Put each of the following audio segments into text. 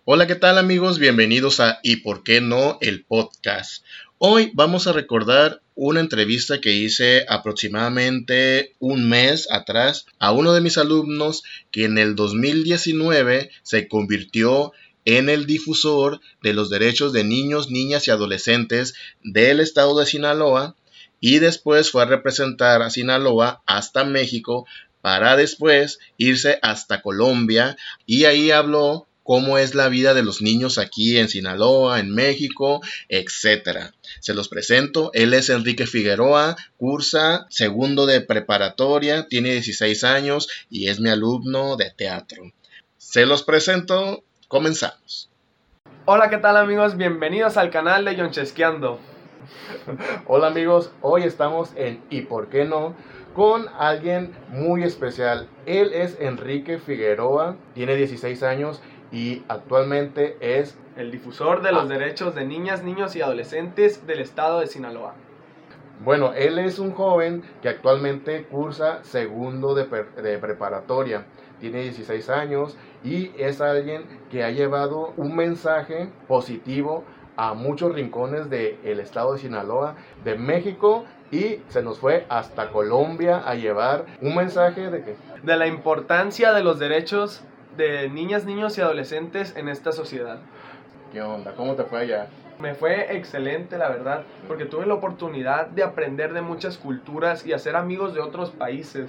Hola, ¿qué tal amigos? Bienvenidos a ¿Y por qué no? El podcast. Hoy vamos a recordar una entrevista que hice aproximadamente un mes atrás a uno de mis alumnos que en el 2019 se convirtió en el difusor de los derechos de niños, niñas y adolescentes del estado de Sinaloa y después fue a representar a Sinaloa hasta México para después irse hasta Colombia y ahí habló cómo es la vida de los niños aquí en Sinaloa, en México, etcétera. Se los presento, él es Enrique Figueroa, cursa segundo de preparatoria, tiene 16 años y es mi alumno de teatro. Se los presento, comenzamos. Hola, ¿qué tal amigos? Bienvenidos al canal de Yonchesqueando. Hola amigos, hoy estamos en ¿Y por qué no? Con alguien muy especial. Él es Enrique Figueroa, tiene 16 años y actualmente es el difusor de los derechos de niñas, niños y adolescentes del estado de Sinaloa. Bueno, él es un joven que actualmente cursa segundo de preparatoria. Tiene 16 años y es alguien que ha llevado un mensaje positivo a muchos rincones del estado de Sinaloa, de México, y se nos fue hasta Colombia a llevar un mensaje de la importancia de los derechos de niñas, niños y adolescentes en esta sociedad. ¿Qué onda? ¿Cómo te fue allá? Me fue excelente, la verdad, porque tuve la oportunidad de aprender de muchas culturas y hacer amigos de otros países.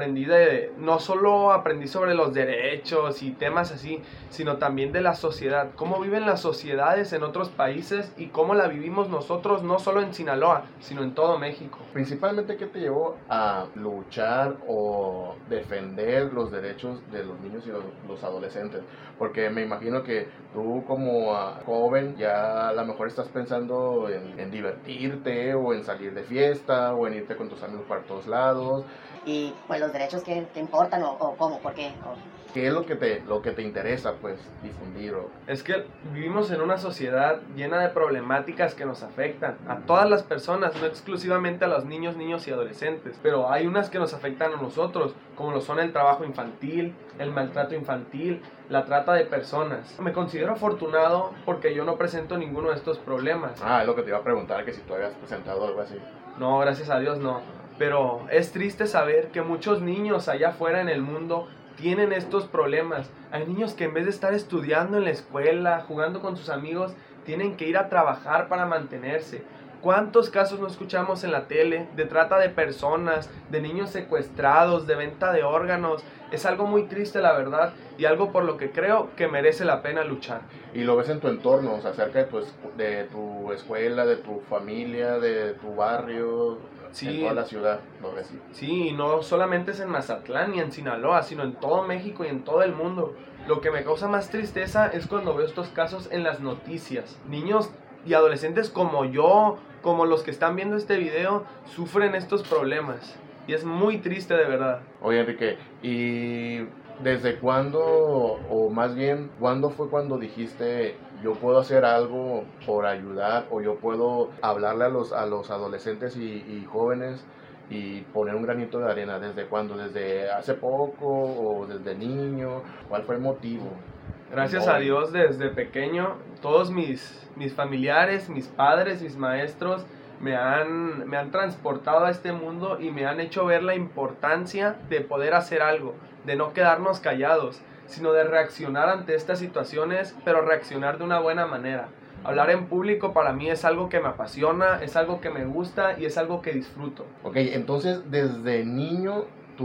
No solo aprendí sobre los derechos y temas así, sino también de la sociedad, cómo viven las sociedades en otros países y cómo la vivimos nosotros, no solo en Sinaloa, sino en todo México. Principalmente, ¿qué te llevó a luchar o defender los derechos de los niños y los adolescentes? Porque me imagino que tú como joven ya a lo mejor estás pensando en divertirte o en salir de fiesta o en irte con tus amigos para todos lados. Y pues los derechos que te importan o cómo, por qué. ¿Qué es lo que te interesa pues difundir? Es que vivimos en una sociedad llena de problemáticas que nos afectan a todas las personas, no exclusivamente a los niños, niños y adolescentes, pero hay unas que nos afectan a nosotros, como lo son el trabajo infantil, el maltrato infantil, la trata de personas. Me considero afortunado porque yo no presento ninguno de estos problemas. Es lo que te iba a preguntar, que si tú habías presentado algo así. No, gracias a Dios no. Pero es triste saber que muchos niños allá afuera en el mundo tienen estos problemas. Hay niños que en vez de estar estudiando en la escuela, jugando con sus amigos, tienen que ir a trabajar para mantenerse. ¿Cuántos casos no escuchamos en la tele de trata de personas, de niños secuestrados, de venta de órganos? Es algo muy triste, la verdad, y algo por lo que creo que merece la pena luchar. Y lo ves en tu entorno, o sea, cerca de tu escuela, de tu familia, de tu barrio, sí, en toda la ciudad, lo ves. Sí, y no solamente es en Mazatlán ni en Sinaloa, sino en todo México y en todo el mundo. Lo que me causa más tristeza es cuando veo estos casos en las noticias. Niños y adolescentes como yo, como los que están viendo este video, sufren estos problemas. Y es muy triste, de verdad. Oye, Enrique, ¿y desde cuándo, o más bien, cuándo fue cuando dijiste yo puedo hacer algo por ayudar, o yo puedo hablarle a los adolescentes y jóvenes y poner un granito de arena? ¿Desde cuándo? ¿Desde hace poco o desde niño? ¿Cuál fue el motivo? Gracias a Dios, desde pequeño, todos mis familiares, mis padres, mis maestros me han transportado a este mundo y me han hecho ver la importancia de poder hacer algo, de no quedarnos callados, sino de reaccionar ante estas situaciones, pero reaccionar de una buena manera. Hablar en público para mí es algo que me apasiona, es algo que me gusta y es algo que disfruto. Ok, entonces desde niño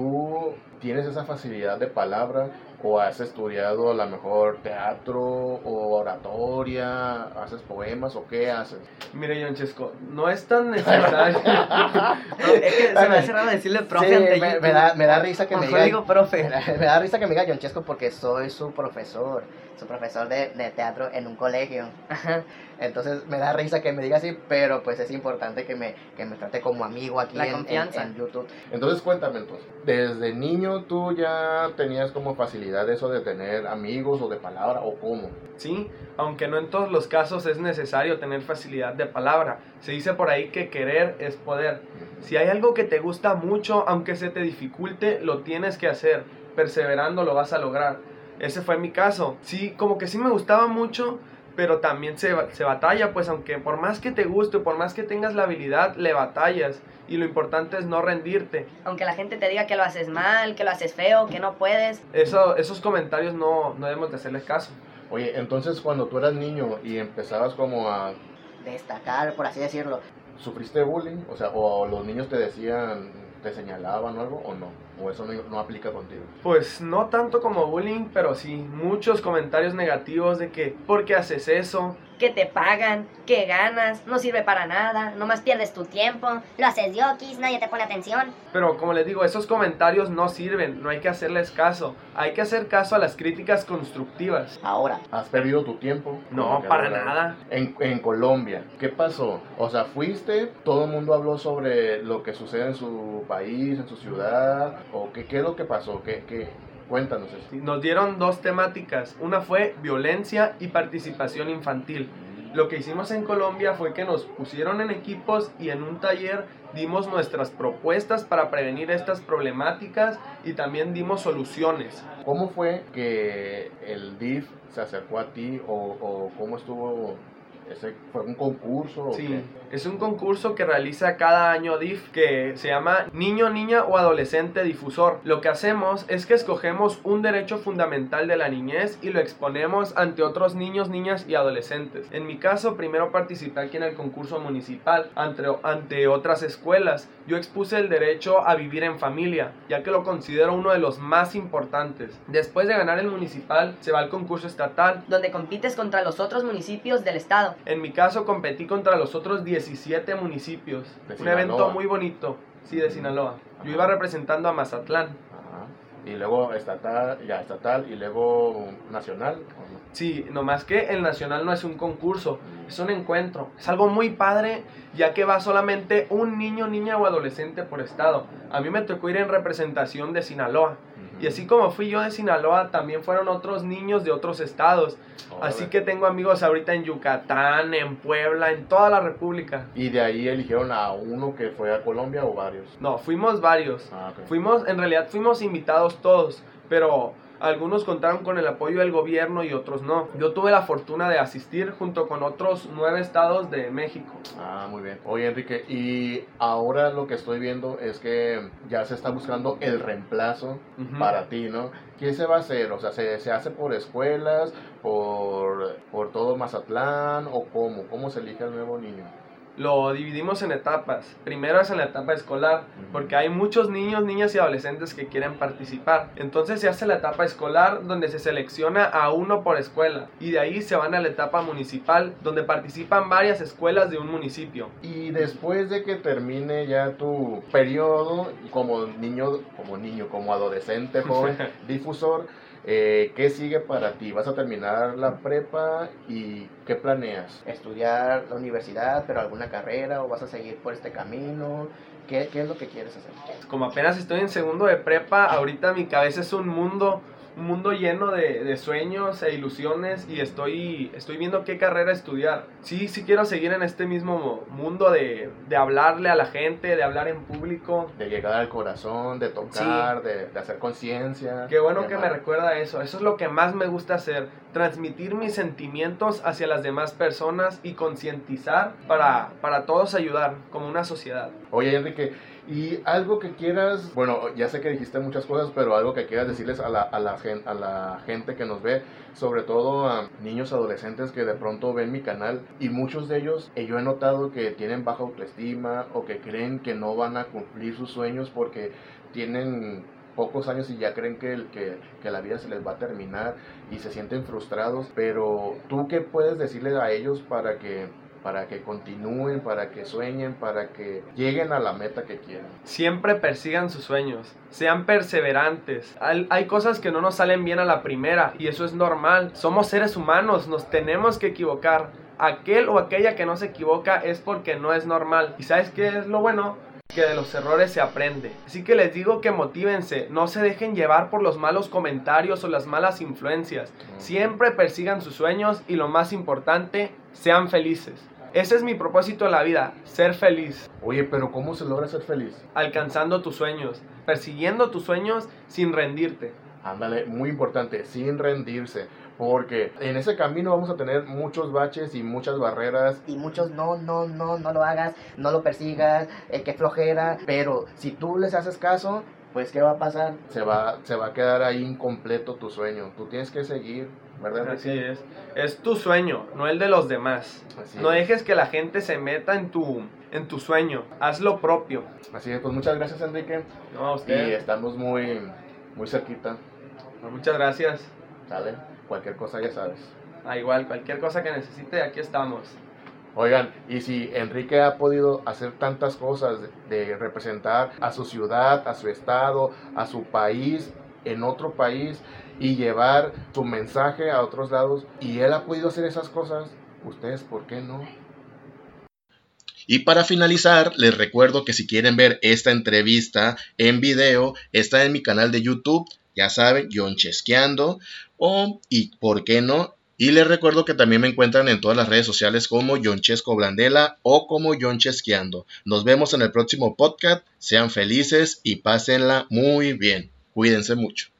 tú tienes esa facilidad de palabra, o has estudiado a lo mejor teatro o oratoria, haces poemas o qué haces. Mire, Yonchesco, no es tan necesario. Es que se me hace raro decirle profe, sí, me da risa que me diga. Digo profe. Me da risa que me diga Yonchesco porque soy su profesor de teatro en un colegio. Entonces me da risa que me diga así, pero pues es importante que me trate como amigo aquí en YouTube. Entonces cuéntame, ¿desde niño tú ya tenías como facilidad eso de tener amigos o de palabra, o cómo? Sí, aunque no en todos los casos es necesario tener facilidad de palabra. Se dice por ahí que querer es poder. Si hay algo que te gusta mucho, aunque se te dificulte, lo tienes que hacer. Perseverando lo vas a lograr. Ese fue mi caso. Sí, como que sí me gustaba mucho, pero también se batalla, pues aunque por más que te guste, por más que tengas la habilidad, le batallas. Y lo importante es no rendirte. Aunque la gente te diga que lo haces mal, que lo haces feo, que no puedes. Esos comentarios no debemos de hacerles caso. Oye, entonces cuando tú eras niño y empezabas como a... Destacar, por así decirlo. ¿Sufriste bullying? O sea, o los niños te decían, te señalaban o algo, o no? ¿O eso no aplica contigo? Pues no tanto como bullying, pero sí muchos comentarios negativos de que ¿por qué haces eso? Que te pagan, que ganas, no sirve para nada, nomás pierdes tu tiempo. Lo haces yokis, nadie te pone atención. Pero como les digo, esos comentarios no sirven, no hay que hacerles caso. Hay que hacer caso a las críticas constructivas. Ahora, ¿Has perdido tu tiempo? No, Como que para ahora- nada. En Colombia, ¿qué pasó? O sea, fuiste, todo el mundo habló sobre lo que sucede en su país, en su ciudad, o qué es lo que pasó, cuéntanos eso. Nos dieron 2 temáticas, una fue violencia y participación infantil. Lo que hicimos en Colombia fue que nos pusieron en equipos y en un taller dimos nuestras propuestas para prevenir estas problemáticas y también dimos soluciones. ¿Cómo fue que el DIF se acercó a ti o cómo estuvo? ¿Fue un concurso? ¿O Sí, qué? es un concurso que realiza cada año DIF que se llama Niño, Niña o Adolescente Difusor. Lo que hacemos es que escogemos un derecho fundamental de la niñez y lo exponemos ante otros niños, niñas y adolescentes. En mi caso, primero participé aquí en el concurso municipal ante otras escuelas. Yo expuse el derecho a vivir en familia, ya que lo considero uno de los más importantes. Después de ganar el municipal, se va al concurso estatal. Donde compites contra los otros municipios del estado. En mi caso competí contra los otros 17 municipios. De Un Sinaloa. evento muy bonito, sí, de Sinaloa. Yo iba representando a Mazatlán. Ajá. Y luego estatal, y luego nacional. ¿O no? Sí, nomás que el nacional no es un concurso, es un encuentro. Es algo muy padre, ya que va solamente un niño, niña o adolescente por estado. A mí me tocó ir en representación de Sinaloa. Y así como fui yo de Sinaloa, también fueron otros niños de otros estados. Así Órale. que tengo amigos ahorita en Yucatán, en Puebla, en toda la República. ¿Y de ahí eligieron a uno que fue a Colombia o varios? No, fuimos varios. Ah, ok. En realidad fuimos invitados todos, pero algunos contaron con el apoyo del gobierno y otros no. Yo tuve la fortuna de asistir junto con otros 9 estados de México. Ah, muy bien. Oye, Enrique, y ahora lo que estoy viendo es que ya se está buscando el reemplazo Ujú. para ti, ¿no? ¿Qué se va a hacer? O sea, ¿se hace por escuelas, por todo Mazatlán o cómo? ¿Cómo se elige al nuevo niño? Lo dividimos en etapas. Primero es en la etapa escolar, porque hay muchos niños, niñas y adolescentes que quieren participar. Entonces se hace la etapa escolar, donde se selecciona a uno por escuela. Y de ahí se van a la etapa municipal, donde participan varias escuelas de un municipio. Y después de que termine ya tu periodo como niño, como adolescente, joven, difusor, ¿qué sigue para ti? ¿Vas a terminar la prepa y qué planeas? estudiar la universidad, pero alguna carrera, o vas a seguir por este camino. ¿Qué es lo que quieres hacer? Como apenas estoy en segundo de prepa, ahorita mi cabeza es un mundo lleno de sueños e ilusiones y estoy viendo qué carrera estudiar. Sí quiero seguir en este mismo mundo de hablarle a la gente, de hablar en público. De llegar al corazón, de tocar, de hacer conciencia. Qué bueno de que me amar. recuerda eso. Eso es lo que más me gusta hacer. Transmitir mis sentimientos hacia las demás personas y concientizar para todos ayudar como una sociedad. Oye, Enrique, y algo que quieras, bueno, ya sé que dijiste muchas cosas, pero algo que quieras decirles a la gente que nos ve, sobre todo a niños adolescentes que de pronto ven mi canal y muchos de ellos, yo he notado que tienen baja autoestima o que creen que no van a cumplir sus sueños porque tienen pocos años y ya creen que la vida se les va a terminar y se sienten frustrados, pero ¿tú qué puedes decirles a ellos para que continúen, para que sueñen, para que lleguen a la meta que quieren? Siempre persigan sus sueños, sean perseverantes. Hay cosas que no nos salen bien a la primera y eso es normal. Somos seres humanos, nos tenemos que equivocar. Aquel o aquella que no se equivoca es porque no es normal. ¿Y sabes qué es lo bueno? Que de los errores se aprende. Así que les digo que motívense, no se dejen llevar por los malos comentarios o las malas influencias. Siempre persigan sus sueños y lo más importante, sean felices. Ese es mi propósito en la vida, ser feliz. Oye, pero ¿cómo se logra ser feliz? Alcanzando tus sueños, persiguiendo tus sueños sin rendirte. Ándale, muy importante, sin rendirse, porque en ese camino vamos a tener muchos baches y muchas barreras. Y muchos no lo hagas, no lo persigas, qué flojera. Pero si tú les haces caso, pues ¿qué va a pasar? Se va a quedar ahí incompleto tu sueño. Tú tienes que seguir, ¿verdad? Así es tu sueño, no el de los demás. Así No es. dejes que la gente se meta en tu sueño, haz lo propio. Así es, pues muchas gracias, Enrique. No, a Y usted. estamos muy cerquita, Muchas gracias. ¿sale? Cualquier cosa ya sabes. Igual, cualquier cosa que necesite, aquí estamos. Oigan, y si Enrique ha podido hacer tantas cosas de representar a su ciudad, a su estado, a su país, en otro país, y llevar su mensaje a otros lados, y él ha podido hacer esas cosas, ustedes, ¿por qué no? Y para finalizar, les recuerdo que si quieren ver esta entrevista en video, está en mi canal de YouTube, ya saben, Yonchesqueando, y por qué no. Y les recuerdo que también me encuentran en todas las redes sociales como Yonchesco Blandela o como Yonchesqueando. Nos vemos en el próximo podcast, sean felices y pásenla muy bien. Cuídense mucho.